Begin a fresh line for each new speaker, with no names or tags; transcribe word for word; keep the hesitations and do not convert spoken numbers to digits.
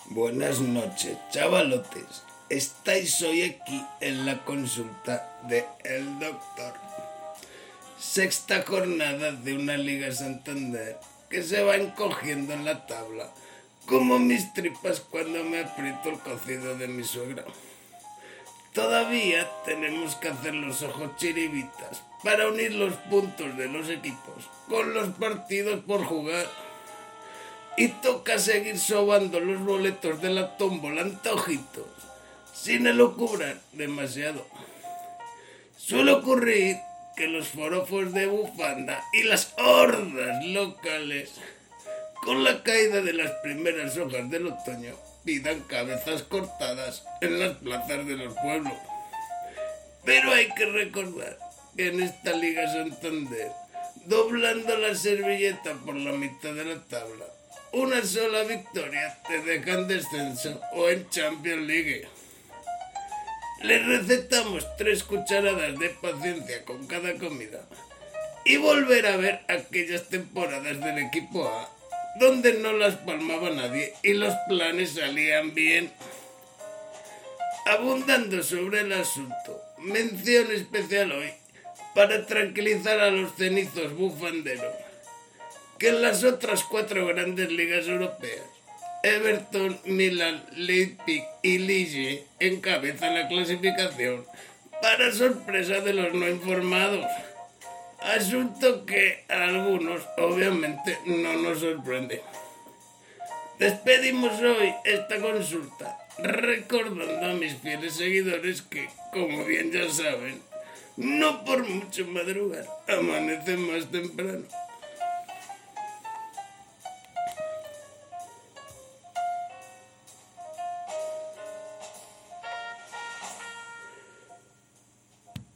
Buenas noches, chavalotes. Estáis hoy aquí en la consulta de El Doctor. Sexta jornada de una Liga Santander que se va encogiendo en la tabla, como mis tripas cuando me aprieto el cocido de mi suegra. Todavía tenemos que hacer los ojos chiribitas para unir los puntos de los equipos con los partidos por jugar. Y toca seguir sobando los boletos de la tómbola antojitos, sin elucubrar demasiado. Suele ocurrir que los forofos de bufanda y las hordas locales, con la caída de las primeras hojas del otoño, pidan cabezas cortadas en las plazas de los pueblos. Pero hay que recordar que en esta Liga Santander, doblando la servilleta por la mitad de la tabla, una sola victoria te deja en descenso o en Champions League. Le recetamos tres cucharadas de paciencia con cada comida y volver a ver aquellas temporadas del equipo A donde no las palmaba nadie y los planes salían bien. Abundando sobre el asunto, mención especial hoy para tranquilizar a los cenizos bufanderos que en las otras cuatro grandes ligas europeas, Everton, Milan, Leipzig y Lille encabezan la clasificación para sorpresa de los no informados. Asunto que a algunos obviamente no nos sorprende. Despedimos hoy esta consulta recordando a mis fieles seguidores que, como bien ya saben, no por mucho madrugar, amanece más temprano.